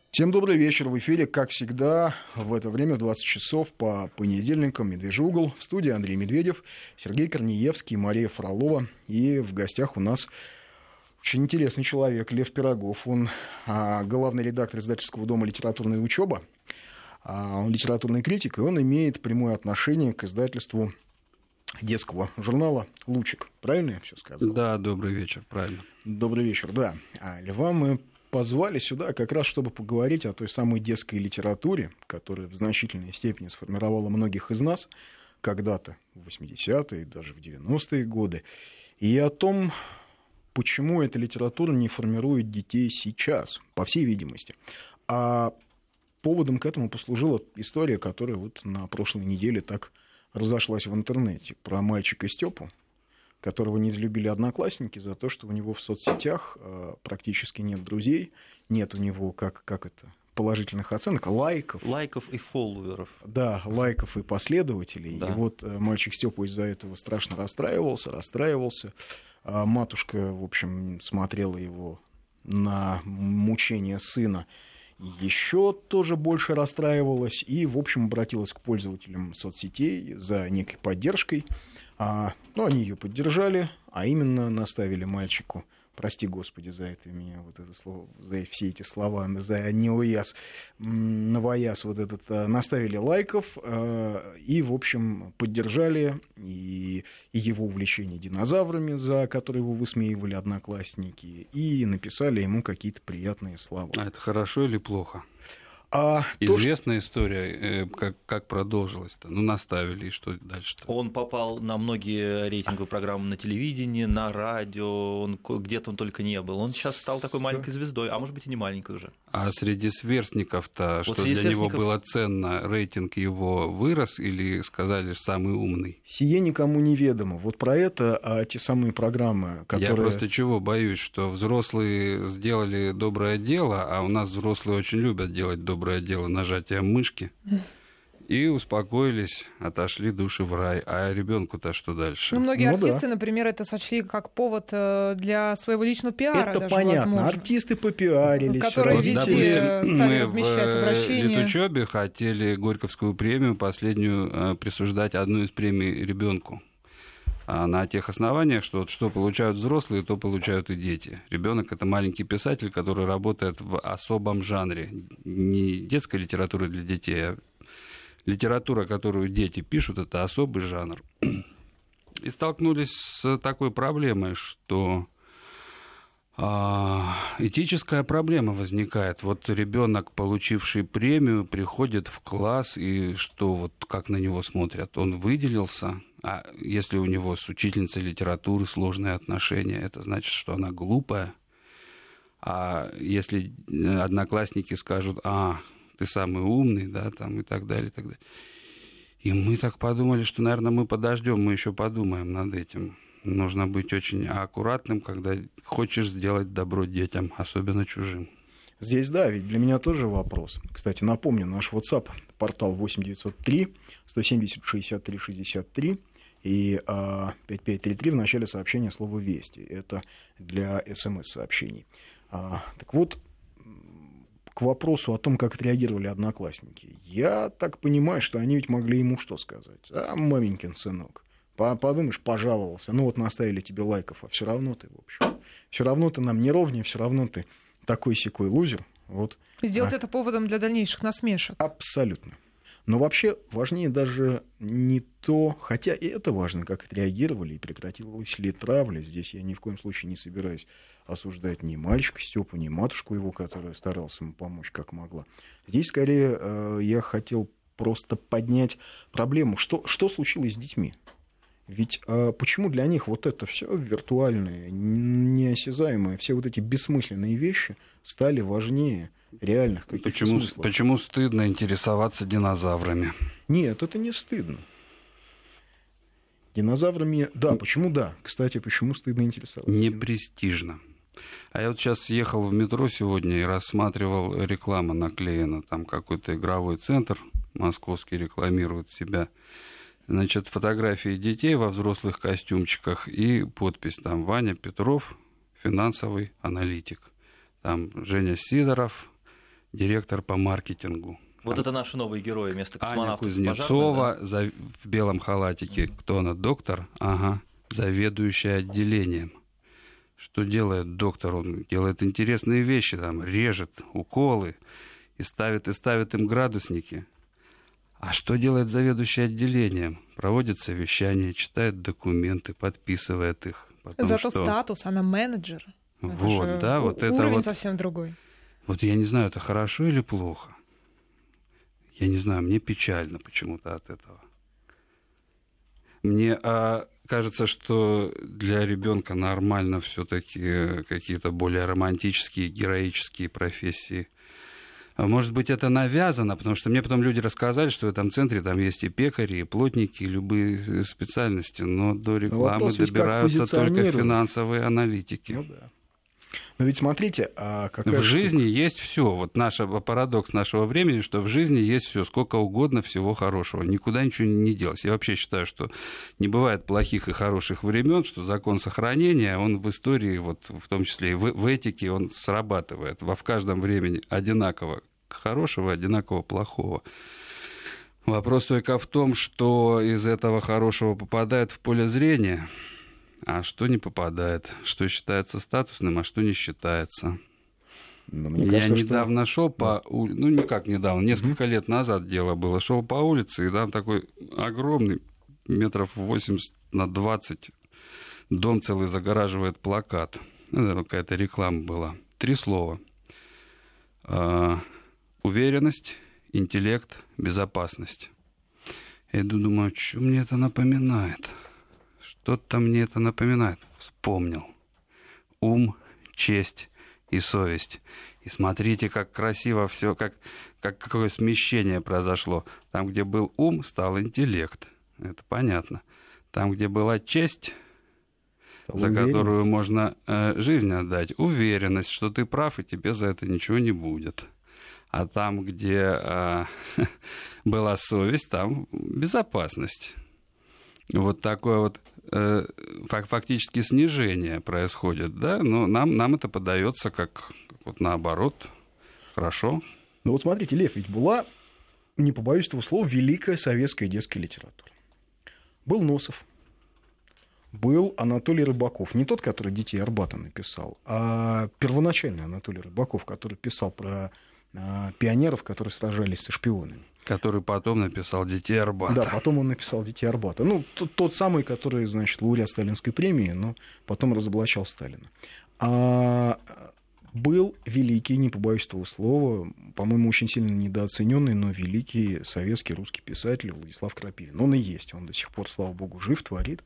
Всем добрый вечер. В эфире, как всегда, в это время, в 20 часов по понедельникам «Медвежий угол». В студии Андрей Медведев, Сергей Корнеевский, Мария Фролова. И в гостях у нас очень интересный человек, Лев Пирогов. Он главный редактор издательского дома «Литературная учеба». Он литературный критик, и он имеет прямое отношение к издательству детского журнала «Лучик». Правильно я все сказал? Да, добрый вечер, правильно. Добрый вечер, да. Льва мы позвали сюда как раз, чтобы поговорить о той самой детской литературе, которая в значительной степени сформировала многих из нас когда-то в 80-е, даже в 90-е годы, и о том, почему эта литература не формирует детей сейчас, по всей видимости. А поводом к этому послужила история, которая вот на прошлой неделе так разошлась в интернете, про мальчика Степу, которого не взлюбили одноклассники за то, что у него в соцсетях практически нет друзей, нет у него, положительных оценок, лайков. Лайков и фолловеров. Да, лайков и последователей. Да. И вот мальчик Степа из-за этого страшно расстраивался. Матушка, в общем, смотрела его на мучения сына, еще тоже больше расстраивалась и, в общем, обратилась к пользователям соцсетей за некой поддержкой. Они ее поддержали, а именно наставили мальчику, прости господи за это меня, вот это слово, за все эти слова, за новояз, наставили лайков и, в общем, поддержали и его увлечение динозаврами, за которые его высмеивали одноклассники, и написали ему какие-то приятные слова. А это хорошо или плохо? Известная история, как продолжилась-то? Наставили, и что дальше-то? Он попал на многие рейтинговые программы на телевидении, на радио, где-то он только не был. Он сейчас стал такой маленькой звездой, а может быть и не маленькой уже. А среди сверстников-то, вот что для него было ценно, рейтинг его вырос или сказали самый умный? Сие никому неведомо. Вот про это те самые программы, которые... Я просто чего боюсь, что взрослые сделали доброе дело, а у нас взрослые очень любят делать доброе дело нажатием мышки, и успокоились, отошли души в рай. А ребенку-то что дальше? Многие артисты, например, это сочли как повод для своего личного пиара. Это даже, понятно. Возможно. Артисты попиарились. Которые везде стали размещать обращения. Мы в Литучёбе хотели Горьковскую премию, последнюю, присуждать одну из премий ребенку. На тех основаниях, что получают взрослые, то получают и дети. Ребенок — это маленький писатель, который работает в особом жанре. Не детская литература для детей, а литература, которую дети пишут, это особый жанр. И столкнулись с такой проблемой, что этическая проблема возникает. Вот ребенок, получивший премию, приходит в класс, и что, вот как на него смотрят? Он выделился, а если у него с учительницей литературы сложные отношения, это значит, что она глупая. А если одноклассники скажут: ты самый умный, да, там, и так далее, и так далее. И мы так подумали, что, наверное, мы подождем, мы еще подумаем над этим. Нужно быть очень аккуратным, когда хочешь сделать добро детям, особенно чужим. Здесь, да, ведь для меня тоже вопрос. Кстати, напомню, наш WhatsApp, портал 8903-170-63-63 и 5533 в начале сообщения слово «Вести». Это для СМС-сообщений. Так вот, к вопросу о том, как отреагировали одноклассники. Я так понимаю, что они ведь могли ему что сказать? Маменькин сынок. Подумаешь, пожаловался. Наставили тебе лайков, а все равно ты, в общем. Все равно ты нам не ровнее, все равно ты такой-сякой лузер. Вот. И сделать это поводом для дальнейших насмешек. Абсолютно. Но вообще важнее даже не то, хотя и это важно, как отреагировали и прекратилась ли травля. Здесь я ни в коем случае не собираюсь осуждать ни мальчика Степу, ни матушку его, которая старалась ему помочь как могла. Здесь скорее я хотел просто поднять проблему, что случилось с детьми. Ведь почему для них вот это все виртуальное, неосязаемое, все вот эти бессмысленные вещи стали важнее реальных каких-то смыслов? Почему стыдно интересоваться динозаврами? Нет, это не стыдно. Динозаврами... Да, почему да? Кстати, почему стыдно интересоваться? Не престижно. А я вот сейчас ехал в метро сегодня и рассматривал, реклама наклеена, там какой-то игровой центр московский рекламирует себя. Значит, фотографии детей во взрослых костюмчиках и подпись там: Ваня Петров, финансовый аналитик. Там Женя Сидоров, директор по маркетингу. Вот это наши новые герои вместо космонавтов. Аня Кузнецова, да? В белом халатике. Кто она? Доктор? Ага. Заведующая отделением. Что делает доктор? Он делает интересные вещи, там, режет уколы и ставит им градусники. А что делает заведующий отделением? Проводит совещания, читает документы, подписывает их. Потом Зато что? статус, она менеджер. Вот, да, вот это уровень вот. совсем другой. Вот я не знаю, это хорошо или плохо. Я не знаю, мне печально почему-то от этого. Мне кажется, что для ребенка нормально все-таки какие-то более романтические, героические профессии. Может быть, это навязано, потому что мне потом люди рассказали, что в этом центре там есть и пекари, и плотники, и любые специальности, но до рекламы добираются только финансовые аналитики. Ну, да. Но ведь смотрите, в жизни есть все. Вот парадокс нашего времени, что в жизни есть все, сколько угодно всего хорошего. Никуда ничего не делось. Я вообще считаю, что не бывает плохих и хороших времен, что закон сохранения, он в истории, вот, в том числе и в этике, он срабатывает. В каждом времени одинаково хорошего, одинаково плохого. Вопрос только в том, что из этого хорошего попадает в поле зрения, а что не попадает, что считается статусным, а что не считается. Я недавно шел по улице, никак недавно, несколько лет назад дело было, шел по улице, и там такой огромный, метров 80 на 20, дом целый загораживает плакат. Это какая-то реклама была. 3 слова. Уверенность, интеллект, безопасность. Я думаю, что мне это напоминает? Что-то мне это напоминает. Вспомнил. Ум, честь и совесть. И смотрите, как красиво все, как какое смещение произошло. Там, где был ум, стал интеллект. Это понятно. Там, где была честь, за которую можно жизнь отдать, уверенность, что ты прав, и тебе за это ничего не будет. А там, где была совесть, там безопасность. Вот такое вот фактически снижение происходит, да? Но нам это подается как вот наоборот, хорошо. Ну вот смотрите, Лев, ведь была, не побоюсь этого слова, великая советская детская литература. Был Носов, был Анатолий Рыбаков, не тот, который «Детей Арбата» написал, а первоначальный Анатолий Рыбаков, который писал про пионеров, которые сражались со шпионами. Который потом написал «Детей Арбата». Да, потом он написал «Детей Арбата». Ну, тот самый, который, значит, лауреат Сталинской премии, но потом разоблачал Сталина. Был великий, не побоюсь этого слова, по-моему, очень сильно недооцененный, но великий советский русский писатель Владислав Крапивин. Он и есть, он до сих пор, слава богу, жив, творит.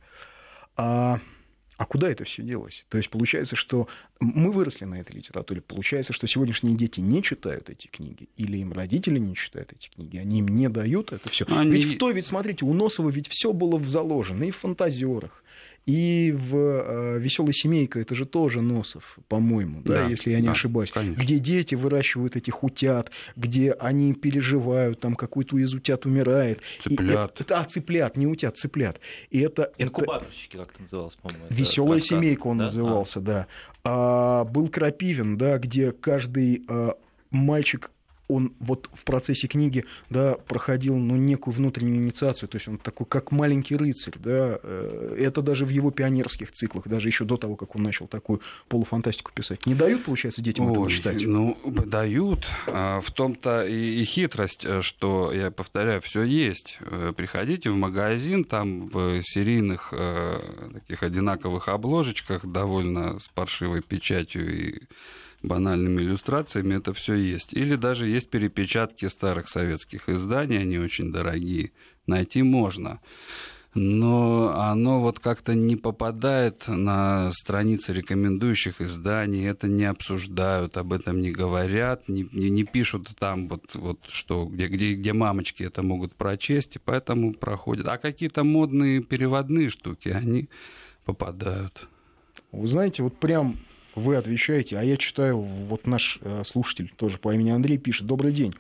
А куда это все делось? То есть получается, что мы выросли на этой литературе, получается, что сегодняшние дети не читают эти книги, или им родители не читают эти книги, они им не дают это все. Ведь смотрите, у Носова ведь все было заложено и в «Фантазерах», и в «Веселой семейке», это же тоже Носов, по-моему, да, если я не ошибаюсь, конечно. Где дети выращивают этих утят, где они переживают, там какой-то из утят умирает. Цыплят. Цыплят, не утят, цыплят. И это инкубаторщики, как это называлось, по-моему. «Веселая семейка» он назывался, да. Был Крапивин, да, где каждый мальчик, он вот в процессе книги, да, проходил некую внутреннюю инициацию, то есть он такой, как маленький рыцарь, да, это даже в его пионерских циклах, даже еще до того, как он начал такую полуфантастику писать. Не дают, получается, детям этого читать? Ну, дают. В том-то и хитрость, что, я повторяю, все есть. Приходите в магазин, там в серийных таких одинаковых обложечках, довольно с паршивой печатью и банальными иллюстрациями, это все есть. Или даже есть перепечатки старых советских изданий, они очень дорогие, найти можно. Но оно вот как-то не попадает на страницы рекомендующих изданий, это не обсуждают, об этом не говорят, не пишут там вот что, где мамочки это могут прочесть, и поэтому проходят. А какие-то модные переводные штуки, они попадают. Вы знаете, вот прям... Вы отвечаете, а я читаю, вот наш слушатель тоже по имени Андрей пишет: «Добрый день.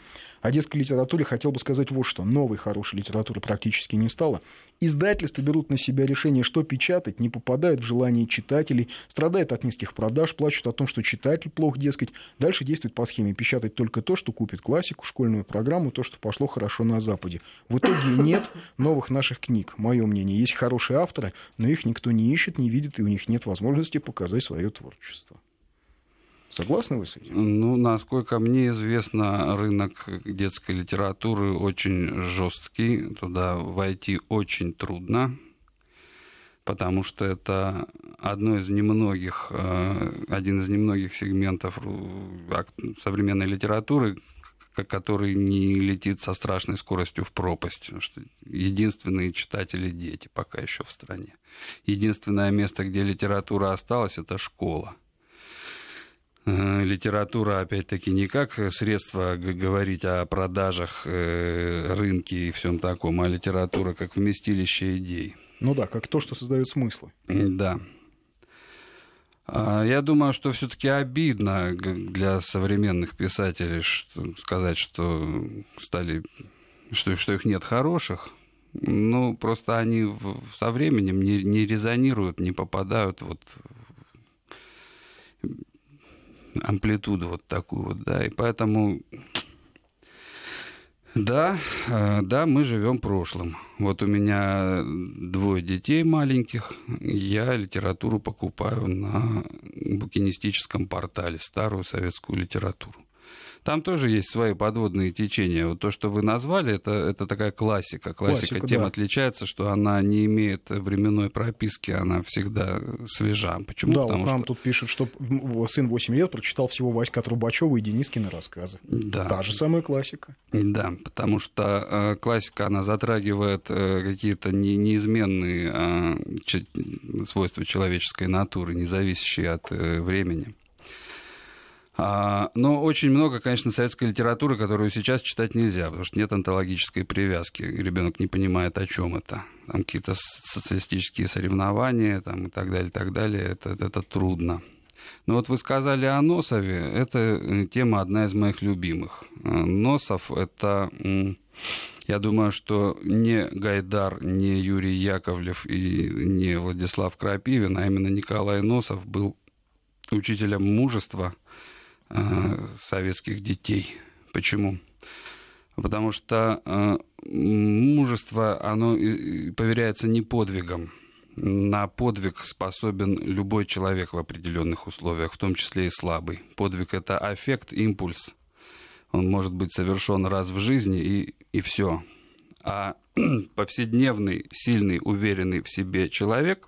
О детской литературе хотел бы сказать вот что. Новой хорошей литературы практически не стало. Издательства берут на себя решение, что печатать, не попадают в желание читателей, страдают от низких продаж, плачут о том, что читатель плох, дескать. Дальше действует по схеме печатать только то, что купит классику, школьную программу, то, что пошло хорошо на Западе. В итоге нет новых наших книг. Мое мнение, есть хорошие авторы, но их никто не ищет, не видит, и у них нет возможности показать свое творчество. Согласны вы с этим? Ну, насколько мне известно, рынок детской литературы очень жесткий. Туда войти очень трудно, потому что это один из немногих сегментов современной литературы, который не летит со страшной скоростью в пропасть. Потому что единственные читатели — дети пока еще в стране. Единственное место, где литература осталась, это школа. Литература, опять-таки, не как средство говорить о продажах, рынке и всем таком, а литература как вместилище идей. Ну да, как то, что создает смыслы. Да. Я думаю, что все-таки обидно для современных писателей сказать, что их нет хороших. Ну, просто они со временем не резонируют, не попадают вот амплитуду вот такую вот, да, и поэтому, да, мы живем прошлым. Вот у меня 2 детей маленьких, я литературу покупаю на букинистическом портале, старую советскую литературу. Там тоже есть свои подводные течения. Вот то, что вы назвали, это такая классика. Классика тем да. Отличается, что она не имеет временной прописки, она всегда свежа. Почему? Да, Потому вот нам что... тут пишут, что сын 8 лет прочитал всего Васька Трубачева и Денискины рассказы. Да. Та же самая классика. Да, потому что классика, она затрагивает какие-то неизменные свойства человеческой натуры, не зависящие от времени. Но очень много, конечно, советской литературы, которую сейчас читать нельзя, потому что нет онтологической привязки. Ребенок не понимает, о чем это. Там какие-то социалистические соревнования там, и так далее. Это трудно. Но вот вы сказали о Носове. Это тема одна из моих любимых. Носов — это... Я думаю, что не Гайдар, не Юрий Яковлев и не Владислав Крапивин, а именно Николай Носов был учителем мужества советских детей. Почему? Потому что мужество, оно поверяется не подвигом. На подвиг способен любой человек в определенных условиях, в том числе и слабый. Подвиг — это аффект, импульс. Он может быть совершен раз в жизни, и все. А повседневный, сильный, уверенный в себе человек...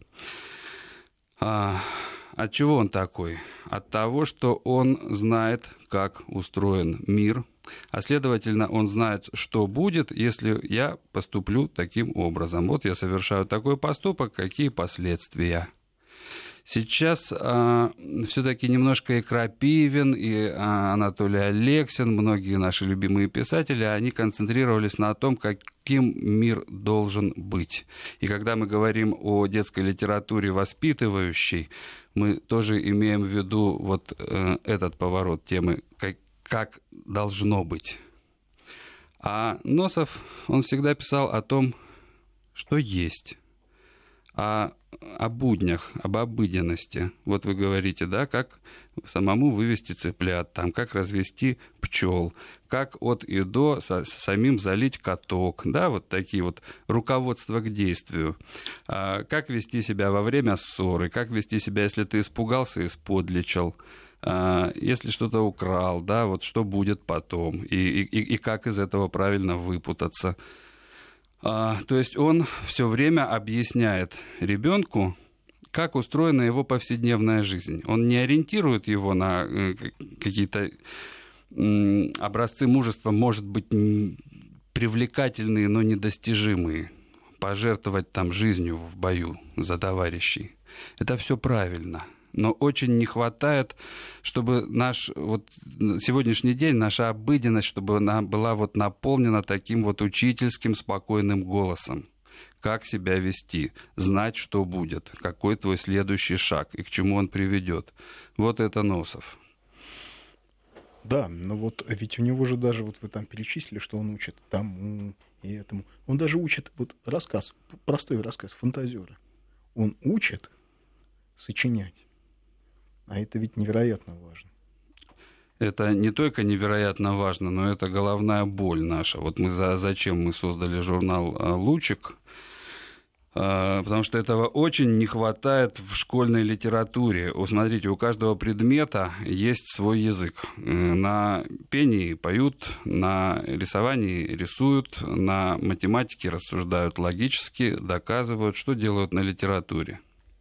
От чего он такой? От того, что он знает, как устроен мир, а следовательно, он знает, что будет, если я поступлю таким образом. Вот я совершаю такой поступок, какие последствия. Сейчас все-таки немножко и Крапивин, и Анатолий Алексин, многие наши любимые писатели, они концентрировались на том, каким мир должен быть. И когда мы говорим о детской литературе воспитывающей, мы тоже имеем в виду вот этот поворот темы, как должно быть. А Носов, он всегда писал о том, что есть, о буднях, об обыденности. Вот вы говорите, да, как самому вывести цыплят, там, как развести пчел, как от и до самим залить каток, да, вот такие вот руководства к действию. Как вести себя во время ссоры, как вести себя, если ты испугался и сподличил, если что-то украл, да, вот что будет потом, и как из этого правильно выпутаться. То есть он все время объясняет ребенку, как устроена его повседневная жизнь. Он не ориентирует его на какие-то образцы мужества, может быть, привлекательные, но недостижимые. Пожертвовать там жизнью в бою за товарищей. Это все правильно. Но очень не хватает, чтобы наш вот сегодняшний день, наша обыденность, чтобы она была вот наполнена таким вот учительским спокойным голосом. Как себя вести, знать, что будет, какой твой следующий шаг и к чему он приведет. Вот это Носов. Да, но вот ведь у него же даже, вот вы там перечислили, что он учит тому и этому. Он даже учит вот рассказ, простой рассказ, фантазеры. Он учит сочинять. А это ведь невероятно важно. Это не только невероятно важно, но это головная боль наша. Вот зачем мы создали журнал «Лучик»? Потому что этого очень не хватает в школьной литературе. Смотрите, у каждого предмета есть свой язык. На пении поют, на рисовании рисуют, на математике рассуждают логически, доказывают. Что делают на литературе?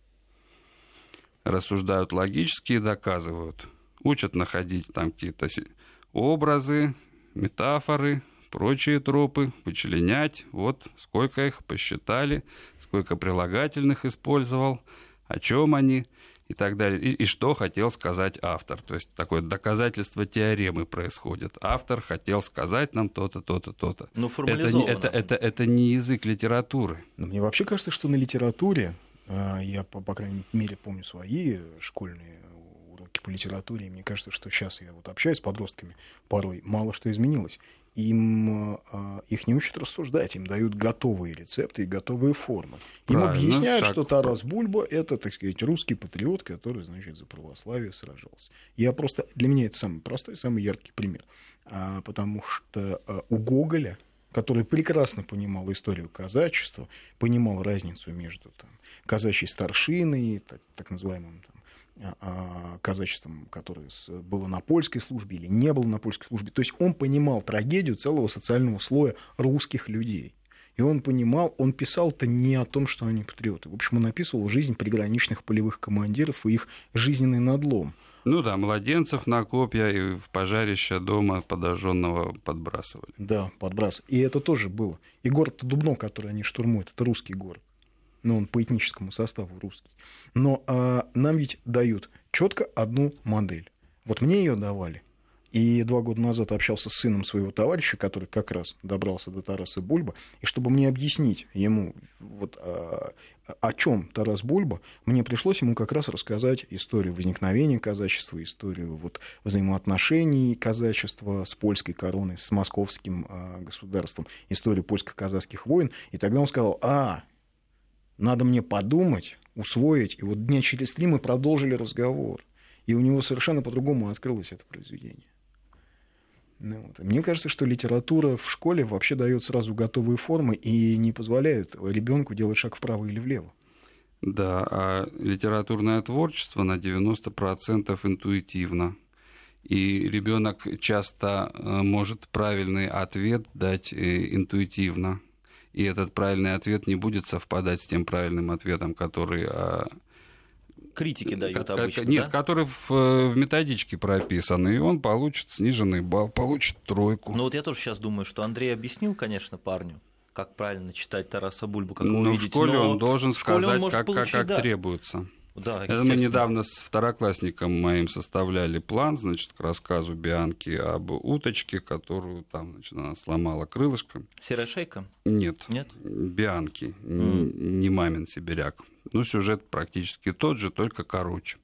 Рассуждают логически и доказывают. Учат находить там какие-то образы, метафоры, прочие тропы, вычленять. Вот сколько их посчитали, сколько прилагательных использовал, о чем они и так далее. И что хотел сказать автор. То есть такое доказательство теоремы происходит. Автор хотел сказать нам то-то, то-то, то-то. Ну, формализованно. Это не язык литературы. Но мне вообще кажется, что на литературе, я, по крайней мере, помню свои школьные уроки по литературе, и мне кажется, что сейчас я вот общаюсь с подростками, порой мало что изменилось. Их не учат рассуждать, им дают готовые рецепты и готовые формы. Им объясняют, что Тарас Бульба — это, так сказать, русский патриот, который, значит, за православие сражался. Для меня это самый простой, самый яркий пример. Потому что у Гоголя, который прекрасно понимал историю казачества, понимал разницу между казачьей старшиной, так называемым казачеством, которое было на польской службе или не было на польской службе. То есть он понимал трагедию целого социального слоя русских людей. И он писал-то не о том, что они патриоты. В общем, он описывал жизнь приграничных полевых командиров и их жизненный надлом. Ну да, младенцев на копья и в пожарище дома подожженного подбрасывали. Да, подбрасывали. И это тоже было. И город Дубно, который они штурмуют, это русский город. Но он по этническому составу русский. Но нам ведь дают четко одну модель. Вот мне ее давали. И 2 года назад общался с сыном своего товарища, который как раз добрался до Тараса Бульбы. И чтобы мне объяснить ему, вот, о чем Тарас Бульба, мне пришлось ему как раз рассказать историю возникновения казачества, историю вот, взаимоотношений казачества с польской короной, с московским государством, историю польско-казахских войн. И тогда он сказал: надо мне подумать, усвоить. И вот дня через 3 мы продолжили разговор. И у него совершенно по-другому открылось это произведение. Мне кажется, что литература в школе вообще дает сразу готовые формы и не позволяет ребенку делать шаг вправо или влево. Да, а литературное творчество на 90% интуитивно. И ребенок часто может правильный ответ дать интуитивно. И этот правильный ответ не будет совпадать с тем правильным ответом, который... Критики дают обычно, Нет, да? который в методичке прописан, и он получит сниженный балл, получит 3. Ну вот я тоже сейчас думаю, что Андрей объяснил, конечно, парню, как правильно читать Тараса Бульбу, как его видеть. В школе он должен сказать, как да. требуется. Да, это мы недавно с второклассником моим составляли план, значит, к рассказу Бианки об уточке, которую там, значит, она сломала крылышко. Серая шейка? Нет? Бианки, не мамин сибиряк. Ну, сюжет практически тот же, только короче.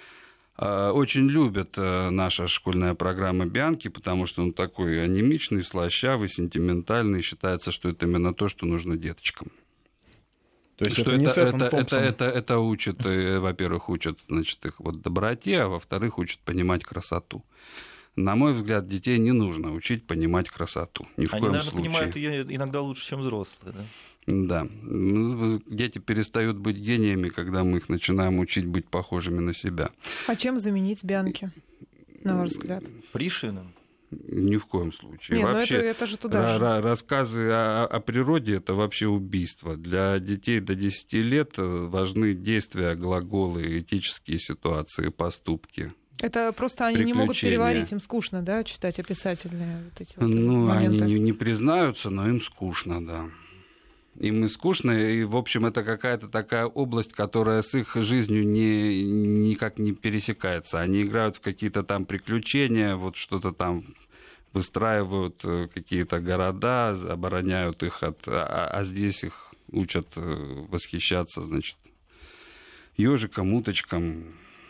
Очень любят наша школьная программа Бианки, потому что он такой анемичный, слащавый, сентиментальный. Считается, что это именно то, что нужно деточкам. То есть что это не Сеттон Томпсон? Это учит, во-первых, учат, значит, их вот доброте, а во-вторых, учат понимать красоту. На мой взгляд, детей не нужно учить понимать красоту. Ни в Они, коем наверное, случае. понимают ее иногда лучше, чем взрослые, да? Да. Дети перестают быть гениями, когда мы их начинаем учить быть похожими на себя. А чем заменить Бианки, на ваш взгляд? Пришвиным? Ни в коем случае. Не, вообще, это же туда же. Рассказы о природе — это вообще убийство. Для детей до 10 лет важны действия, глаголы, этические ситуации, поступки. Это просто они не могут переварить, им скучно, да, читать описательные вот эти вот моменты? Они не признаются, но им скучно, да. Им и скучно, и, в общем, это какая-то такая область, которая с их жизнью никак не пересекается. Они играют в какие-то там приключения, вот что-то там выстраивают, какие-то города, обороняют их а здесь их учат восхищаться, значит, ежиком, уточком,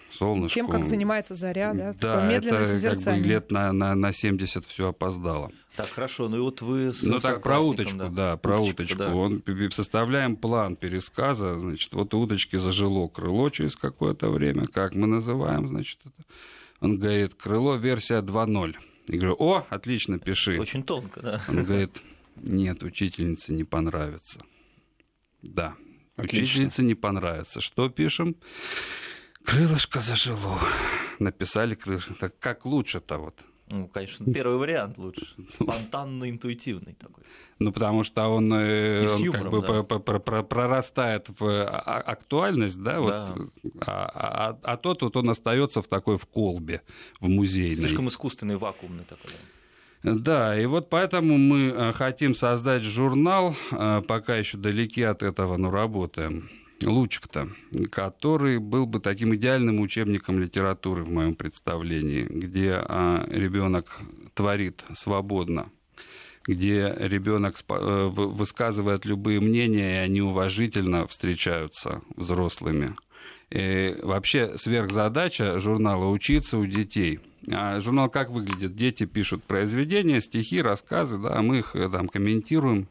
солнышку. Тем, как занимается заря, да? Да, медленное созерцание. Как бы лет на 70 все опоздало. Так, хорошо, ну и вот вы с так про уточку, да, про уточку. Да. Составляем план пересказа, значит, вот уточки зажило крыло через какое-то время, как мы называем, значит, это. Он говорит, крыло версия 2.0. Я говорю, отлично, пиши. Очень тонко, да. Он говорит, нет, учительнице не понравится. Да, отлично. Учительнице не понравится. Что пишем? Крылышко зажило. Написали крылышко. Так как лучше-то вот? Ну, конечно, первый вариант лучше. Спонтанно интуитивный такой. Ну, потому что он юмором, как бы прорастает в актуальность, да, вот, а тот вот он остается в такой в колбе, в музейной. Слишком искусственный, вакуумный такой. Да, и вот поэтому мы хотим создать журнал, пока еще далеки от этого, но работаем. Лучик-то, который был бы таким идеальным учебником литературы в моем представлении, где ребенок творит свободно, где ребенок высказывает любые мнения, и они уважительно встречаются взрослыми. И вообще сверхзадача журнала — учиться у детей. А журнал как выглядит? Дети пишут произведения, стихи, рассказы, да, а мы их там комментируем.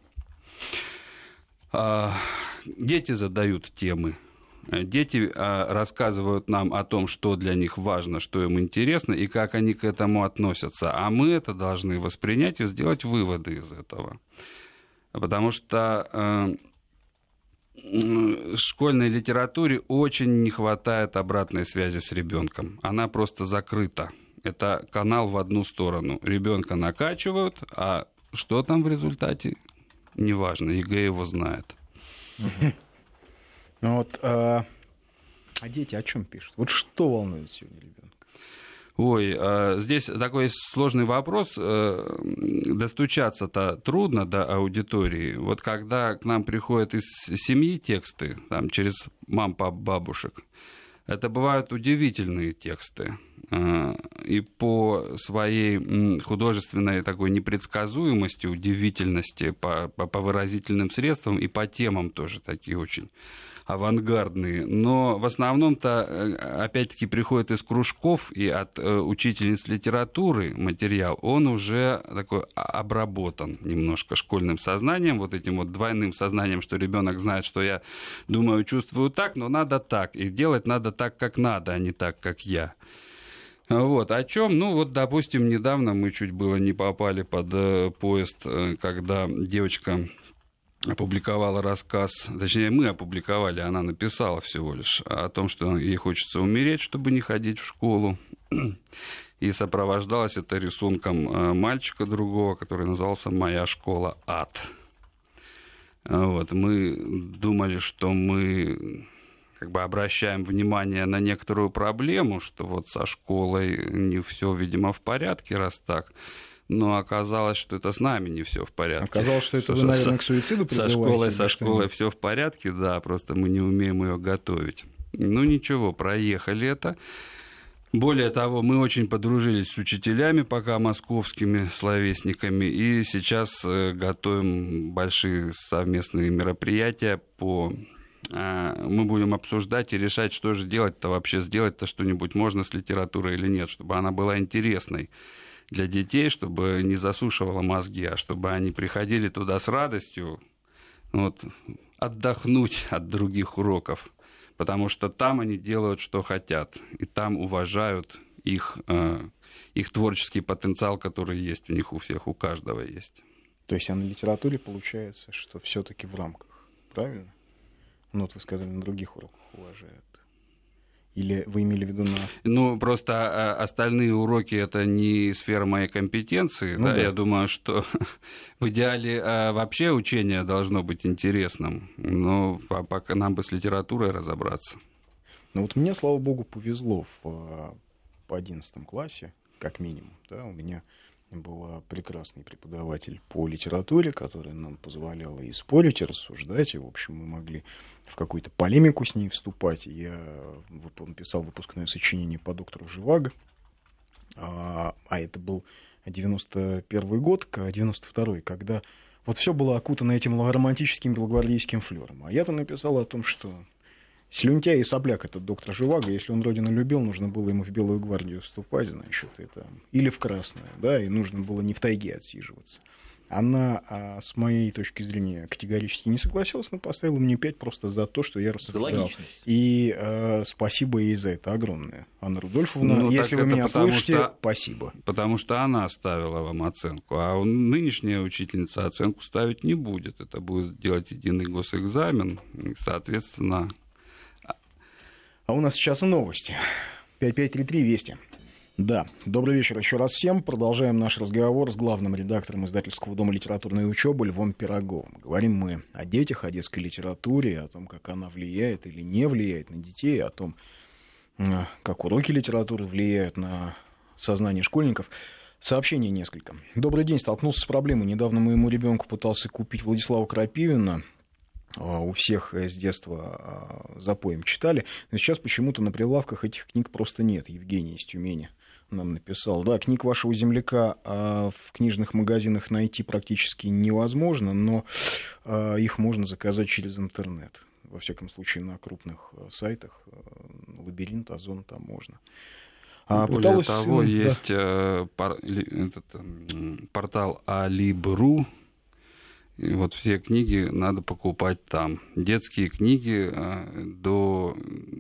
Дети задают темы. Дети рассказывают нам о том, что для них важно, что им интересно и как они к этому относятся. А мы это должны воспринять и сделать выводы из этого. Потому что школьной литературе очень не хватает обратной связи с ребенком. Она просто закрыта. Это канал в одну сторону. Ребенка накачивают, а что там в результате, неважно. ЕГЭ его знает. Ну вот, а дети о чем пишут? Вот что волнует сегодня ребенка? Ой, здесь такой сложный вопрос. Достучаться-то трудно до аудитории. Вот когда к нам приходят из семьи тексты, там, через мам, пап, бабушек, это бывают удивительные тексты. И по своей художественной такой непредсказуемости, удивительности, по выразительным средствам и по темам тоже такие очень авангардные. Но в основном-то, опять-таки, приходит из кружков и от учительниц литературы материал, он уже такой обработан немножко школьным сознанием, вот этим вот двойным сознанием, что ребенок знает, что я думаю, чувствую так, но надо так, и делать надо так, как надо, а не так, как я. Вот, о чем? Ну, вот, допустим, недавно мы чуть было не попали под поезд, когда девочка опубликовала рассказ, точнее, мы опубликовали, она написала всего лишь о том, что ей хочется умереть, чтобы не ходить в школу. И сопровождалось это рисунком мальчика другого, который назывался «Моя школа – ад». Вот, мы думали, что мы как бы обращаем внимание на некоторую проблему, что вот со школой не все, видимо, в порядке, раз так. Но оказалось, что это с нами не все в порядке. Оказалось, что это вы, наверное, к суициду призываете. Со школой все в порядке, да, просто мы не умеем ее готовить. Ну ничего, проехали это. Более того, мы очень подружились с учителями, пока московскими словесниками, и сейчас готовим большие совместные мероприятия мы будем обсуждать и решать, что же делать-то вообще, сделать-то что-нибудь можно с литературой или нет, чтобы она была интересной для детей, чтобы не засушивала мозги, а чтобы они приходили туда с радостью, вот, отдохнуть от других уроков, потому что там они делают, что хотят, и там уважают их творческий потенциал, который есть у них у всех, у каждого есть. То есть, а на литературе получается, что все-таки в рамках, правильно? Ну, вот вы сказали, на других уроках уважают. Или вы имели в виду на... Ну, просто остальные уроки — это не сфера моей компетенции. Ну, да? Я думаю, что в идеале вообще учение должно быть интересным. Но пока нам бы с литературой разобраться. Ну, вот мне, слава богу, повезло по 11 классе, как минимум. Да? У меня была прекрасный преподаватель по литературе, который нам позволял и спорить, и рассуждать, и, в общем, мы могли в какую-то полемику с ней вступать. Я писал выпускное сочинение по доктору Живаго, а это был 91 год, 92-й, когда вот все было окутано этим романтическим белогвардейским флером. А я-то написал о том, что Слюнтяй и сопляк этот доктор Живаго. Если он родину любил, нужно было ему в Белую гвардию вступать, значит, или в Красную, да, и нужно было не в тайге отсиживаться. Она, с моей точки зрения, категорически не согласилась, но поставила мне 5 просто за то, что я рассуждал. И спасибо ей за это огромное. Анна Рудольфовна, если вы меня слышите, спасибо. Потому что она ставила вам оценку, а нынешняя учительница оценку ставить не будет. Это будет делать единый госэкзамен, и, соответственно... А у нас сейчас новости. 5533 Вести. Да, добрый вечер еще раз всем. Продолжаем наш разговор с главным редактором издательского дома «Литературная учеба» Львом Пироговым. Говорим мы о детях, о детской литературе, о том, как она влияет или не влияет на детей, о том, как уроки литературы влияют на сознание школьников. Сообщений несколько. Добрый день, столкнулся с проблемой. Недавно моему ребенку пытался купить Владислава Крапивина. У всех с детства за поем читали, но сейчас почему-то на прилавках этих книг просто нет. Евгений из Тюмени нам написал. Да, книг вашего земляка в книжных магазинах найти практически невозможно, но их можно заказать через интернет. Во всяком случае, на крупных сайтах. Лабиринт, Озон, там можно. Более того, есть портал Алибру. И вот все книги надо покупать там. Детские книги до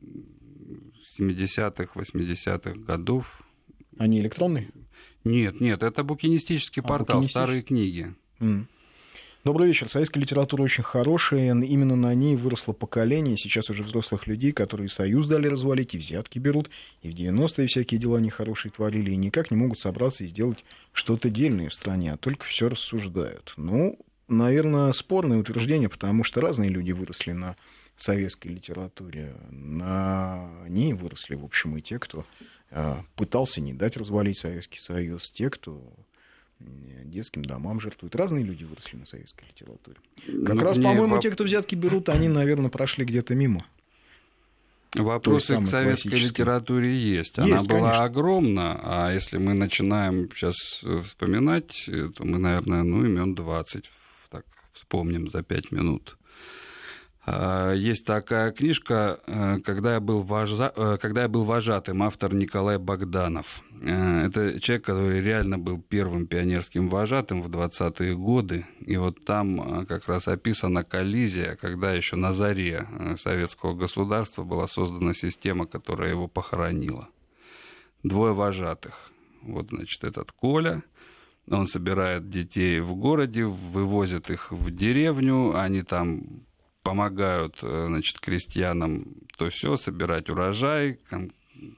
70-х, 80-х годов. Они электронные? Нет, это букинистический портал, старые книги. Добрый вечер. Советская литература очень хорошая. Именно на ней выросло поколение сейчас уже взрослых людей, которые союз дали развалить, и взятки берут, и в 90-е всякие дела нехорошие творили, и никак не могут собраться и сделать что-то дельное в стране, а только все рассуждают. Наверное, спорное утверждение, потому что разные люди выросли на советской литературе. На ней выросли, в общем, и те, кто пытался не дать развалить Советский Союз, те, кто детским домам жертвует. Разные люди выросли на советской литературе. Как раз, по-моему, те, кто взятки берут, они, наверное, прошли где-то мимо. Вопросы к советской литературе есть. Она была огромна, а если мы начинаем сейчас вспоминать, то мы, наверное, имен 20 так вспомним за 5 минут. Есть такая книжка «Когда я был вожатым», автор Николай Богданов. Это человек, который реально был первым пионерским вожатым в 20-е годы. И вот там как раз описана коллизия, когда еще на заре советского государства была создана система, которая его похоронила. 2 вожатых. Вот, значит, этот Коля. Он собирает детей в городе, вывозит их в деревню, они там помогают, значит, крестьянам то всё собирать урожай, там,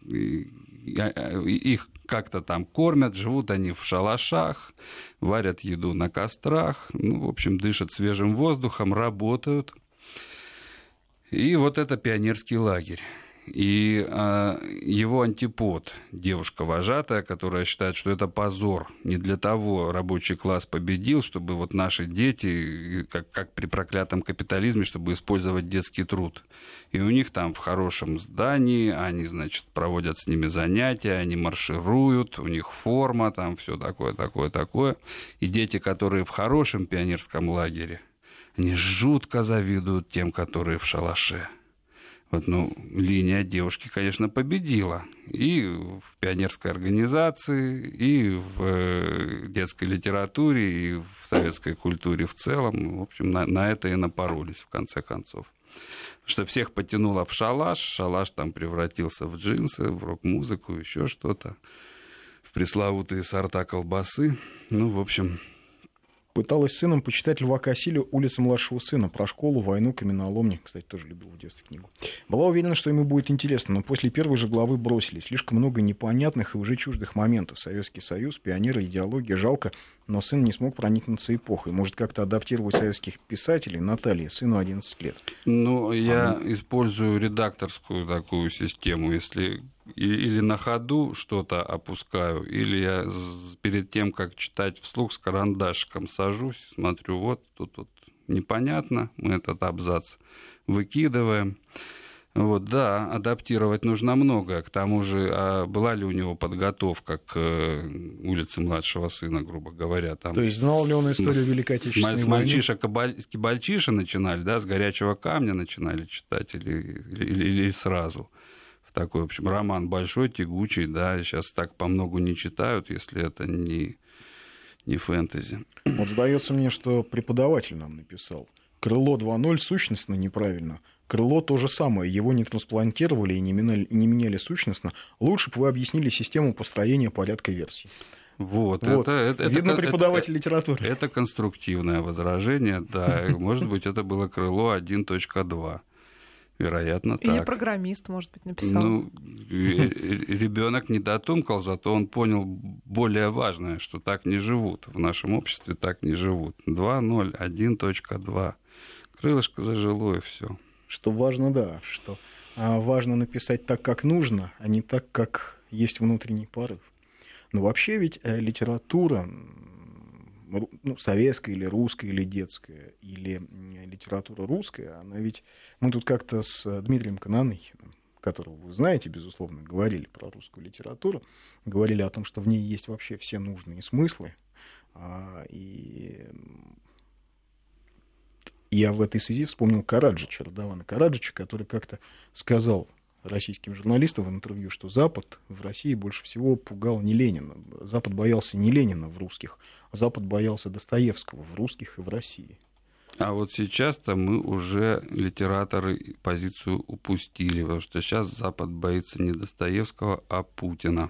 их как-то там кормят, живут они в шалашах, варят еду на кострах, в общем, дышат свежим воздухом, работают. И вот это пионерский лагерь. И его антипод, девушка-вожатая, которая считает, что это позор. Не для того рабочий класс победил, чтобы вот наши дети, как при проклятом капитализме, чтобы использовать детский труд. И у них там в хорошем здании, они, значит, проводят с ними занятия, они маршируют, у них форма, там все такое. И дети, которые в хорошем пионерском лагере, они жутко завидуют тем, которые в шалаше. Вот, линия девушки, конечно, победила и в пионерской организации, и в детской литературе, и в советской культуре в целом. В общем, на это и напоролись, в конце концов. Потому что всех потянуло в шалаш там превратился в джинсы, в рок-музыку, еще что-то, в пресловутые сорта колбасы. В общем... Пыталась с сыном почитать Льва Косилю «Улица младшего сына» про школу, войну, каменоломни. Кстати, тоже любил в детстве книгу. Была уверена, что ему будет интересно, но после первой же главы бросили. Слишком много непонятных и уже чуждых моментов. Советский Союз, пионеры, идеология. Жалко, но сын не смог проникнуться эпохой. Может, как-то адаптировать советских писателей? Наталья, сыну 11 лет. Я использую редакторскую такую систему. Если или на ходу что-то опускаю, или я перед тем, как читать вслух, с карандашиком сажусь, смотрю, вот тут непонятно, мы этот абзац выкидываем. Вот, да, адаптировать нужно многое. К тому же, была ли у него подготовка к улице младшего сына, грубо говоря? Там то есть знал ли он историю Великой Отечественной войны? С мальчишек начинали, да, с горячего камня начинали читать или сразу? В такой, в общем, роман большой, тягучий, да, сейчас так по многу не читают, если это не фэнтези. Вот сдается мне, что преподаватель нам написал. Крыло 2.0 сущностно неправильно. Крыло то же самое, его не трансплантировали и не меняли сущностно. Лучше бы вы объяснили систему построения порядка версий. Вот. Видно, преподаватель литературы. Это конструктивное возражение, да. Может быть, это было крыло 1.2. Вероятно, так. Или программист, может быть, написал. Ну, ребенок не дотумкал, зато он понял более важное, что так не живут. В нашем обществе так не живут. 2.0, 1.2. Крылышко зажило, и все. Что важно, да, что важно написать так, как нужно, а не так, как есть внутренний порыв. Но вообще ведь литература, советская или русская, или детская, или литература русская, она ведь... Мы тут как-то с Дмитрием Кананыхиным, которого вы знаете, безусловно, говорили про русскую литературу, говорили о том, что в ней есть вообще все нужные смыслы, и... Я в этой связи вспомнил Караджича, Радована Караджича, который как-то сказал российским журналистам в интервью, что Запад в России больше всего пугал не Ленина. Запад боялся не Ленина в русских, а Запад боялся Достоевского в русских и в России. А вот сейчас-то мы уже, литераторы, позицию упустили, потому что сейчас Запад боится не Достоевского, а Путина.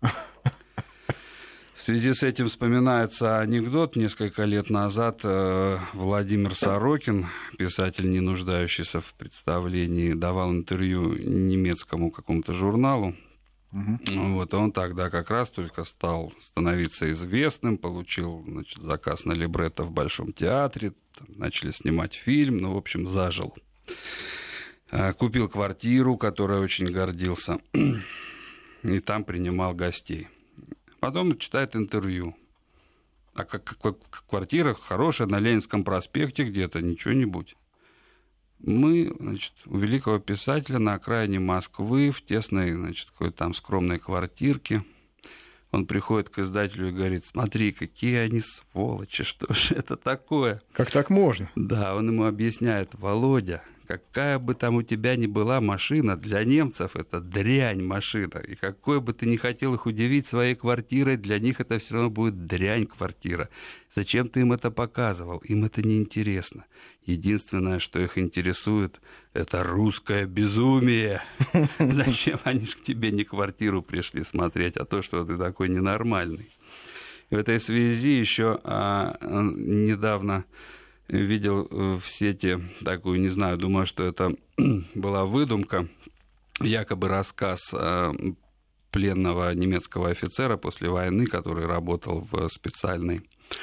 В связи с этим вспоминается анекдот. Несколько лет назад Владимир Сорокин, писатель, не нуждающийся в представлении, давал интервью немецкому какому-то журналу. Вот, он тогда как раз только стал становиться известным, получил, значит, заказ на либретто в Большом театре, там начали снимать фильм, в общем, зажил. Купил квартиру, которой очень гордился, и там принимал гостей. Потом читает интервью. А квартира хорошая на Ленинском проспекте где-то, ничего-нибудь. Мы, значит, у великого писателя на окраине Москвы, в тесной, значит, какой-то там скромной квартирке. Он приходит к издателю и говорит: смотри, какие они сволочи, что же это такое? Как так можно? Да, он ему объясняет: Володя, какая бы там у тебя ни была машина, для немцев это дрянь машина. И какой бы ты ни хотел их удивить своей квартирой, для них это все равно будет дрянь квартира. Зачем ты им это показывал? Им это не интересно. Единственное, что их интересует, это русское безумие. Зачем они ж к тебе не квартиру пришли смотреть, а то, что ты такой ненормальный. И в этой связи еще недавно видел в сети такую, не знаю, думаю, что это была выдумка, якобы рассказ пленного немецкого офицера после войны, который работал в специальном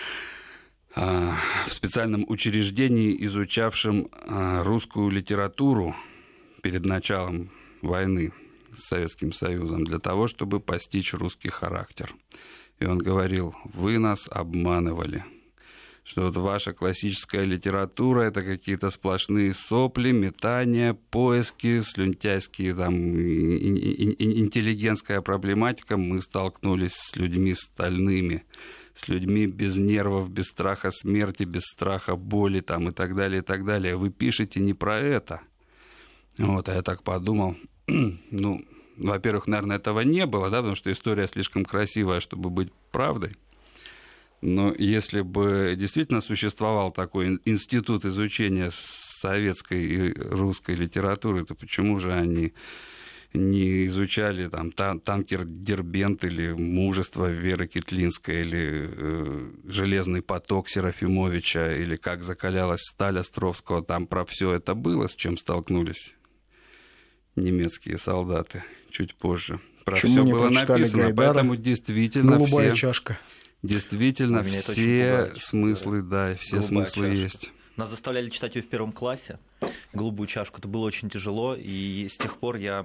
учреждении, изучавшем русскую литературу перед началом войны с Советским Союзом для того, чтобы постичь русский характер. И он говорил: вы нас обманывали, что вот ваша классическая литература — это какие-то сплошные сопли, метания, поиски, слюнтяйские, там, интеллигентская проблематика. Мы столкнулись с людьми стальными, с людьми без нервов, без страха смерти, без страха боли, там, и так далее, и так далее. Вы пишете не про это. Вот, а я так подумал, во-первых, наверное, этого не было, да, потому что история слишком красивая, чтобы быть правдой. Но если бы действительно существовал такой институт изучения советской и русской литературы, то почему же они не изучали там танкер «Дербент» или «Мужество» Веры Китлинской, или «Железный поток» Серафимовича, или «Как закалялась сталь» Островского? Там про все это было, с чем столкнулись немецкие солдаты чуть позже. Про все было написано, Гайдара, поэтому действительно «Голубая чашка». Действительно, все смыслы, да, все смыслы есть. Нас заставляли читать ее в первом классе, «Голубую чашку». Это было очень тяжело, и с тех пор я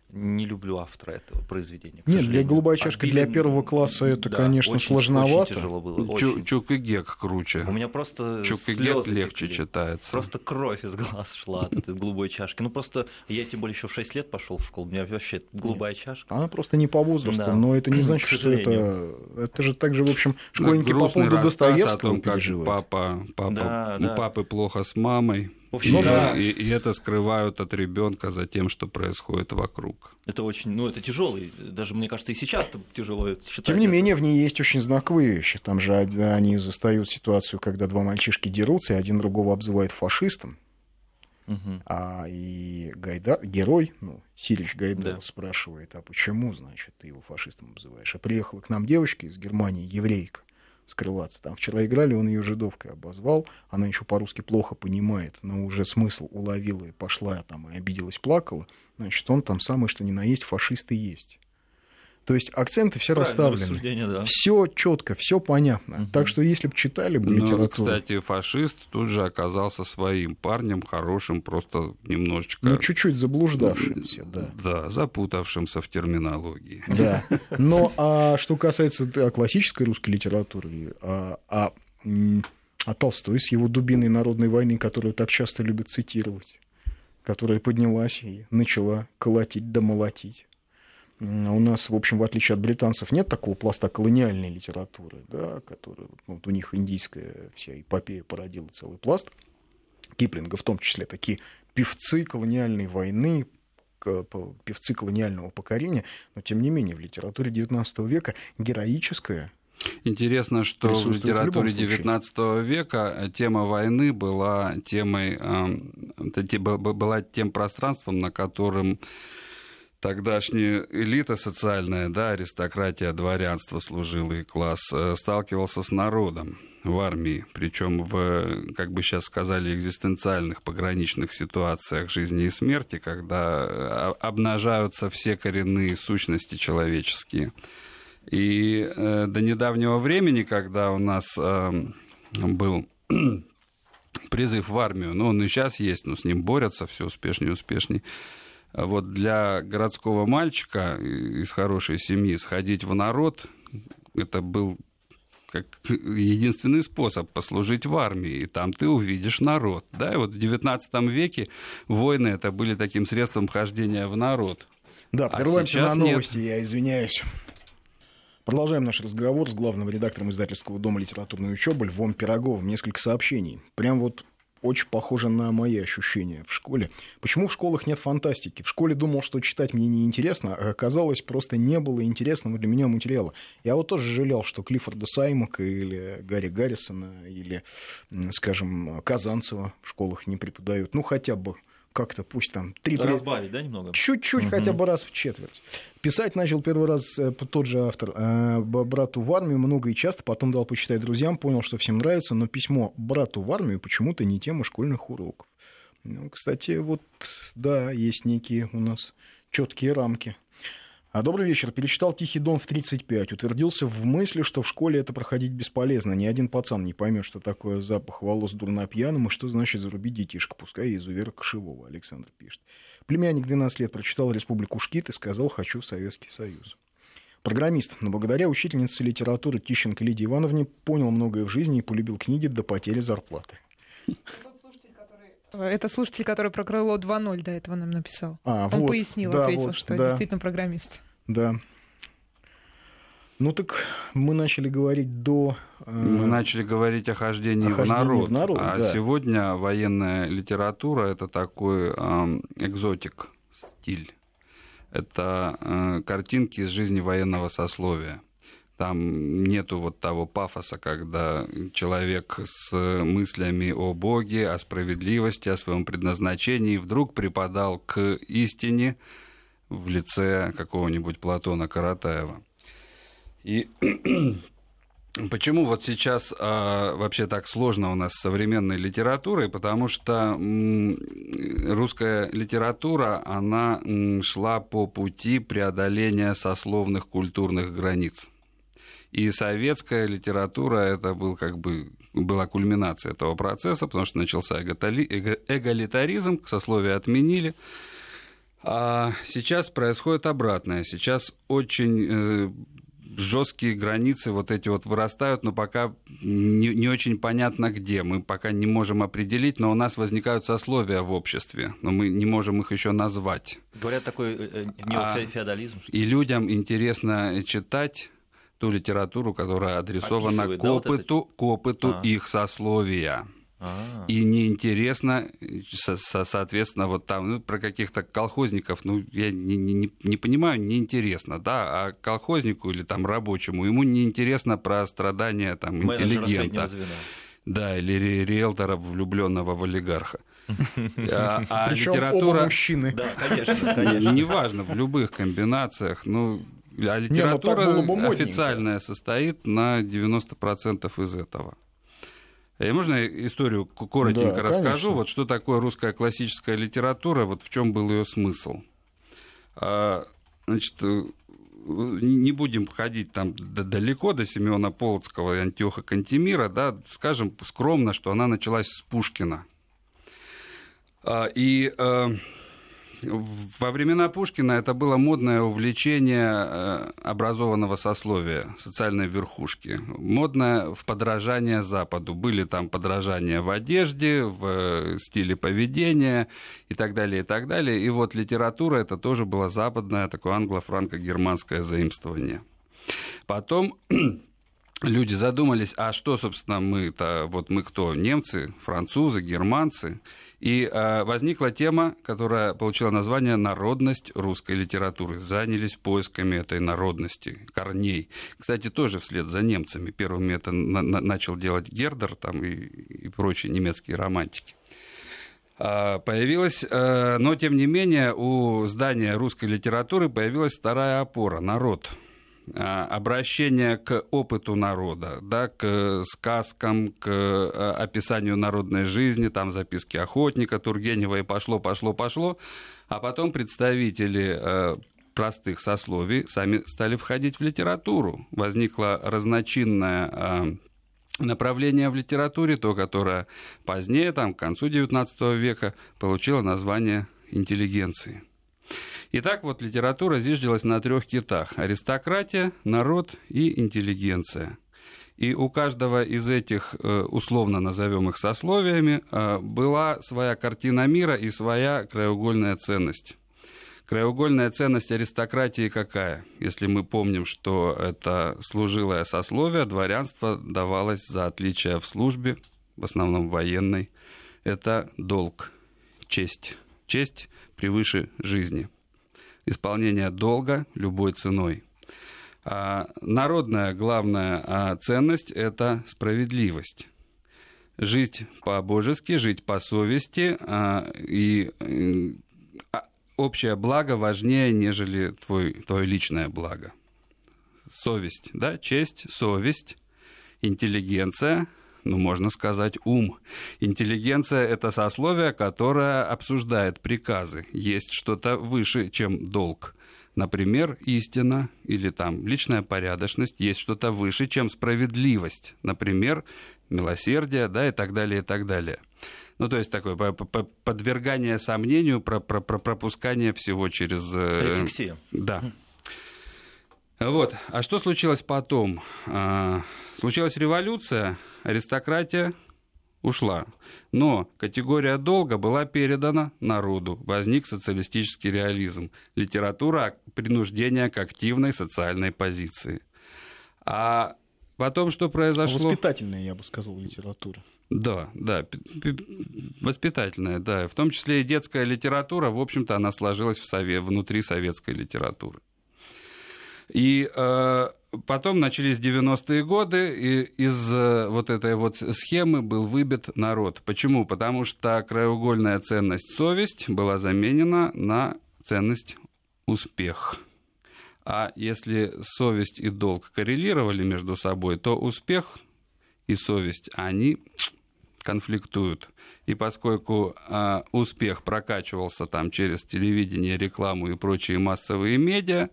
не люблю автора этого произведения. Нет, для «Голубая чашка» для первого класса это, да, конечно, сложновато. Очень тяжело было. Чук и Гек круче. У меня просто Чук и Гек легче читается. Просто кровь из глаз шла от этой «Голубой чашки». Ну, просто я, тем более, еще в 6 лет пошел в школу. У меня вообще «Голубая чашка». Она просто не по возрасту, да. Но это не значит, что это же так же, в общем, школьники по поводу Достоевского переживают. Папы плохо с мамой. Общем, и это скрывают от ребенка за тем, что происходит вокруг. Это очень, это тяжело. Даже, мне кажется, и сейчас тяжело это читать. Тем не менее, в ней есть очень знаковые вещи. Там же они застают ситуацию, когда два мальчишки дерутся, и один другого обзывает фашистом. И герой, Сирич Гайдар, спрашивает, а почему, значит, ты его фашистом обзываешь? А приехала к нам девочка из Германии, еврейка, скрываться. Там вчера играли, он ее жидовкой обозвал, она еще по-русски плохо понимает, но уже смысл уловила и пошла там и обиделась, плакала, значит, он там самый что ни на есть фашист и есть. То есть акценты все расставлены, да. Все четко, все понятно. Так что если бы читали бы литературу... Кстати, фашист тут же оказался своим парнем, хорошим, просто немножечко... чуть-чуть заблуждавшимся, да. Да, запутавшимся в терминологии. Да. Но что касается классической русской литературы, Толстой с его «Дубиной народной войны», которую так часто любят цитировать, которая поднялась и начала колотить да молотить. У нас, в общем, в отличие от британцев, нет такого пласта колониальной литературы, да, которая, у них индийская вся эпопея породила целый пласт. Киплинга в том числе, такие певцы колониальной войны, певцы колониального покорения, но, тем не менее, в литературе XIX века героическая. Интересно, что в литературе XIX века тема войны была тем пространством, на котором тогдашняя элита социальная, да, аристократия, дворянство, служилый класс, сталкивался с народом в армии, причем в, как бы сейчас сказали, экзистенциальных пограничных ситуациях жизни и смерти, когда обнажаются все коренные сущности человеческие. И до недавнего времени, когда у нас был призыв в армию, он и сейчас есть, но с ним борются все успешнее и успешнее. Вот для городского мальчика из хорошей семьи сходить в народ, это был как единственный способ послужить в армии, и там ты увидишь народ. Да? И вот в XIX веке войны это были таким средством хождения в народ. Да, прерываемся на новости, я извиняюсь. Продолжаем наш разговор с главным редактором издательского дома «Литературная учеба» Львом Пироговым. Несколько сообщений. Прям очень похоже на мои ощущения в школе. Почему в школах нет фантастики? В школе думал, что читать мне неинтересно, а оказалось, просто не было интересного для меня материала. Я тоже жалел, что Клиффорда Саймака или Гарри Гаррисона или, скажем, Казанцева в школах не преподают. Хотя бы как-то пусть там... Разбавить, да, немного? Чуть-чуть, хотя бы раз в четверть. Писать начал первый раз тот же автор брату в армию много и часто, потом дал почитать друзьям, понял, что всем нравится, но письмо брату в армию почему-то не тема школьных уроков. Кстати, да, есть некие у нас четкие рамки. Добрый вечер. Перечитал «Тихий дон» в 35. Утвердился в мысли, что в школе это проходить бесполезно. Ни один пацан не поймет, что такое запах волос дурно пьяным и что значит зарубить детишка, пускай изувера кошевого, Александр пишет. Племянник 12 лет прочитал «Республику Шкит» и сказал «хочу в Советский Союз». Программист, но благодаря учительнице литературы Тищенко Лидии Ивановне понял многое в жизни и полюбил книги до потери зарплаты. Это слушатель, который про крыло 2.0 до этого нам написал. Он пояснил, ответил, что действительно программист. Да. Так мы начали говорить Мы начали говорить о хождении в народ. Да. Сегодня военная литература — это такой экзотик стиль. Это картинки из жизни военного сословия. Там нету того пафоса, когда человек с мыслями о Боге, о справедливости, о своем предназначении вдруг припадал к истине в лице какого-нибудь Платона Каратаева. И почему сейчас вообще так сложно у нас с современной литературой? Потому что русская литература, она шла по пути преодоления сословных культурных границ. И советская литература, это была кульминация этого процесса, потому что начался эгалитаризм, сословия отменили. А сейчас происходит обратное. Сейчас очень жесткие границы вот эти вот вырастают, но пока не очень понятно где. Мы пока не можем определить, но у нас возникают сословия в обществе, но мы не можем их еще назвать. Говорят, такой неофеодализм. И людям интересно читать ту литературу, которая адресована к опыту их сословия. И неинтересно, соответственно, вот там про каких-то колхозников, я не понимаю, неинтересно, да, а колхознику или там рабочему ему неинтересно про страдания там интеллигента, да, или риэлтора, влюбленного в олигарха. А литература... мужчины. Да, конечно. Неважно, в любых комбинациях, а литература официальная состоит на 90% из этого. Можно историю коротенько расскажу? Конечно. Вот что такое русская классическая литература, вот в чем был ее смысл. Значит, не будем ходить там далеко до Семёна Полоцкого и Антиоха Кантемира, да, скажем скромно, что она началась с Пушкина. И во времена Пушкина это было модное увлечение образованного сословия, социальной верхушки. Модное в подражание Западу. Были там подражания в одежде, в стиле поведения и так далее, и так далее. И вот литература это тоже было западное, такое англо-франко-германское заимствование. Потом люди задумались, а что, собственно, мы-то, вот мы кто? Немцы, французы, германцы. И возникла тема, которая получила название «Народность русской литературы». Занялись поисками этой народности, корней. Кстати, тоже вслед за немцами. Первыми это начал делать Гердер там, и прочие немецкие романтики. Появилась, но тем не менее у здания русской литературы появилась вторая опора – народ. Обращение к опыту народа, да, к сказкам, к описанию народной жизни, там записки охотника, Тургенева, и пошло. А потом представители простых сословий сами стали входить в литературу. Возникло разночинное направление в литературе, то, которое позднее, там, к концу XIX века, получило название интеллигенции. Итак, вот литература зиждилась на 3 китах – аристократия, народ и интеллигенция. И у каждого из этих, условно назовем их сословиями, была своя картина мира и своя краеугольная ценность. Краеугольная ценность аристократии какая? Если мы помним, что это служилое сословие, дворянство давалось за отличие в службе, в основном военной. Это долг, честь. Честь превыше жизни. Исполнение долга любой ценой. Народная главная ценность – это справедливость. Жить по-божески, жить по совести, и общее благо важнее, нежели твое личное благо. Совесть, да, честь, совесть, интеллигенция, можно сказать, ум. Интеллигенция – это сословие, которое обсуждает приказы. Есть что-то выше, чем долг. Например, истина или там личная порядочность. Есть что-то выше, чем справедливость. Например, милосердие, да, и так далее, и так далее. То есть такое подвергание сомнению, пропускание всего через... Рефлексия. Да. Вот. А что случилось потом? Случилась революция, аристократия ушла. Но категория долга была передана народу. Возник социалистический реализм. Литература принуждения к активной социальной позиции. А потом что произошло? Воспитательная, я бы сказал, литература. Да, воспитательная, да. В том числе и детская литература, в общем-то, она сложилась внутри советской литературы. И потом начались 90-е годы, и из вот этой вот схемы был выбит народ. Почему? Потому что краеугольная ценность совесть была заменена на ценность успех. А если совесть и долг коррелировали между собой, то успех и совесть, они конфликтуют. И поскольку успех прокачивался там через телевидение, рекламу и прочие массовые медиа,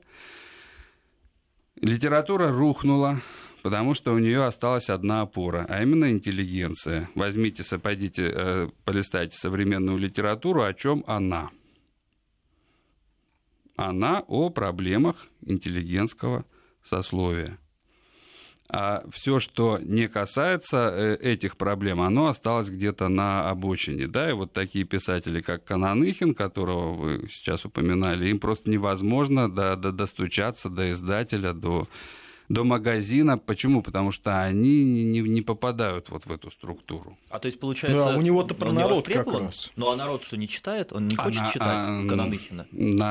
литература рухнула, потому что у нее осталась одна опора, а именно интеллигенция. Возьмите, пойдите, полистайте современную литературу, о чем она. Она о проблемах интеллигентского сословия. А все, что не касается этих проблем, оно осталось где-то на обочине. Да? И вот такие писатели, как Кононыхин, которого вы сейчас упоминали, им просто невозможно достучаться до издателя, до магазина. Почему? Потому что они не попадают вот в эту структуру. А то есть, получается, да, у него-то про народ как раз. Ну, а народ что, не читает? Он не хочет читать Кононыхина?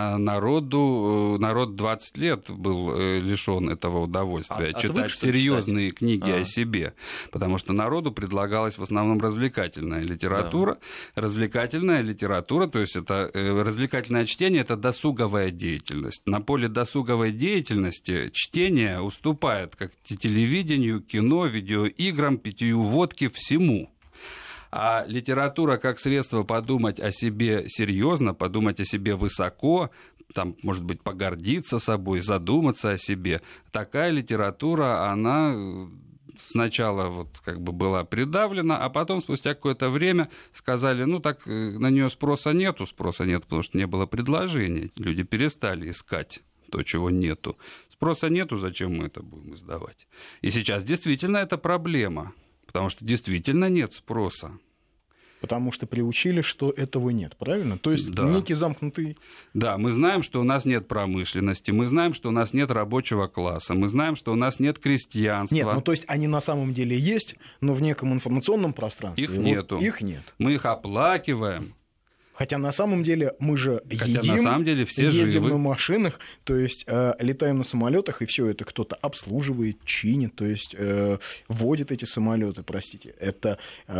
Народ 20 лет был лишен этого удовольствия. Читать серьезные книги о себе. Потому что народу предлагалась в основном развлекательная литература. Да. Развлекательная литература, то есть это развлекательное чтение, это досуговая деятельность. На поле досуговой деятельности чтение уступает как телевидению, кино, видеоиграм, питью водки, всему. А литература как средство подумать о себе серьезно, подумать о себе высоко, там, может быть, погордиться собой, задуматься о себе, такая литература, она сначала вот как бы была придавлена, а потом спустя какое-то время сказали, ну так на нее спроса нет, потому что не было предложения, люди перестали искать то, чего нету. Спроса нету, зачем мы это будем издавать? И сейчас действительно это проблема, потому что действительно нет спроса. Потому что приучили, что этого нет, правильно? То есть некий замкнутый... Да, мы знаем, что у нас нет промышленности, мы знаем, что у нас нет рабочего класса, мы знаем, что у нас нет крестьянства. Нет, ну то есть они на самом деле есть, но в неком информационном пространстве их нету. Их нет. Мы их оплакиваем. Хотя на самом деле мы же на самом деле все ездим живы. На машинах, то есть летаем на самолетах, и все это кто-то обслуживает, чинит, то есть водит эти самолеты, простите. Это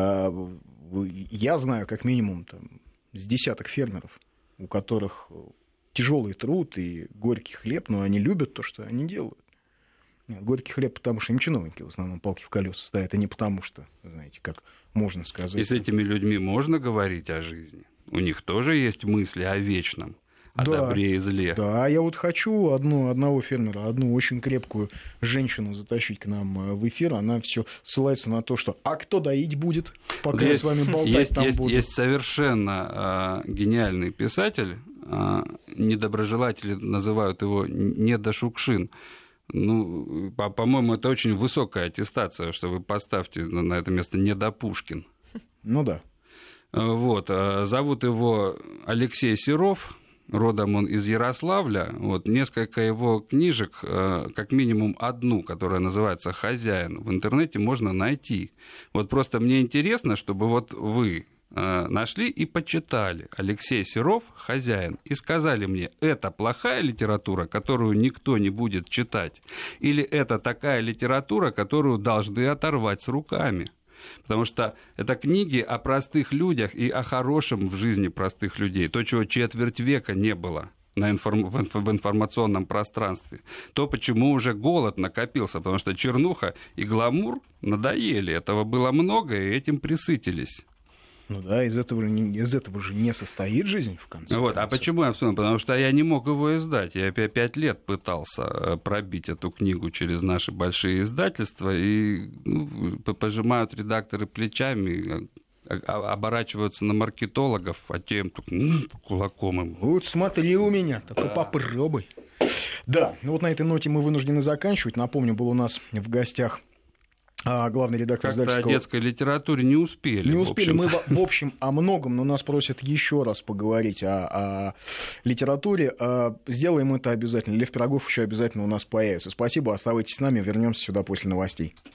я знаю как минимум там, с десяток фермеров, у которых тяжелый труд и горький хлеб, но они любят то, что они делают. Горький хлеб, потому что им чиновники в основном палки в колеса ставят, а не потому что, знаете, как можно сказать. И с этими людьми можно говорить о жизни? У них тоже есть мысли о вечном, о добре и зле. Да, я вот хочу одного фермера, одну очень крепкую женщину затащить к нам в эфир. Она все ссылается на то, что «а кто доить будет, пока я с вами болтать там буду?» Есть совершенно гениальный писатель, недоброжелатели называют его Недошукшин. Ну, по-моему, это очень высокая аттестация, что вы поставьте на это место Недопушкин. Ну да. Вот, зовут его Алексей Серов, родом он из Ярославля. Вот, несколько его книжек, как минимум одну, которая называется «Хозяин», в интернете можно найти. Вот просто мне интересно, чтобы вот вы нашли и почитали Алексей Серов «Хозяин» и сказали мне, это плохая литература, которую никто не будет читать, или это такая литература, которую должны оторвать с руками. Потому что это книги о простых людях и о хорошем в жизни простых людей. То, чего четверть века не было в информационном пространстве. То, почему уже голод накопился. Потому что чернуха и гламур надоели. Этого было много, и этим присытились. Ну да, из этого же не состоит жизнь, в конце концов. А почему я вспомнил? Потому что я не мог его издать. Я 5 лет пытался пробить эту книгу через наши большие издательства, и пожимают редакторы плечами, оборачиваются на маркетологов, а те им кулаком им. Вот смотри у меня, только попробуй. Да, ну вот на этой ноте мы вынуждены заканчивать. Напомню, был у нас в гостях главный редактор издательского... О детской литературе не успели. Не успели. Мы, в общем, о многом, но нас просят еще раз поговорить о литературе. Сделаем это обязательно. Лев Пирогов еще обязательно у нас появится. Спасибо, оставайтесь с нами, вернемся сюда после новостей.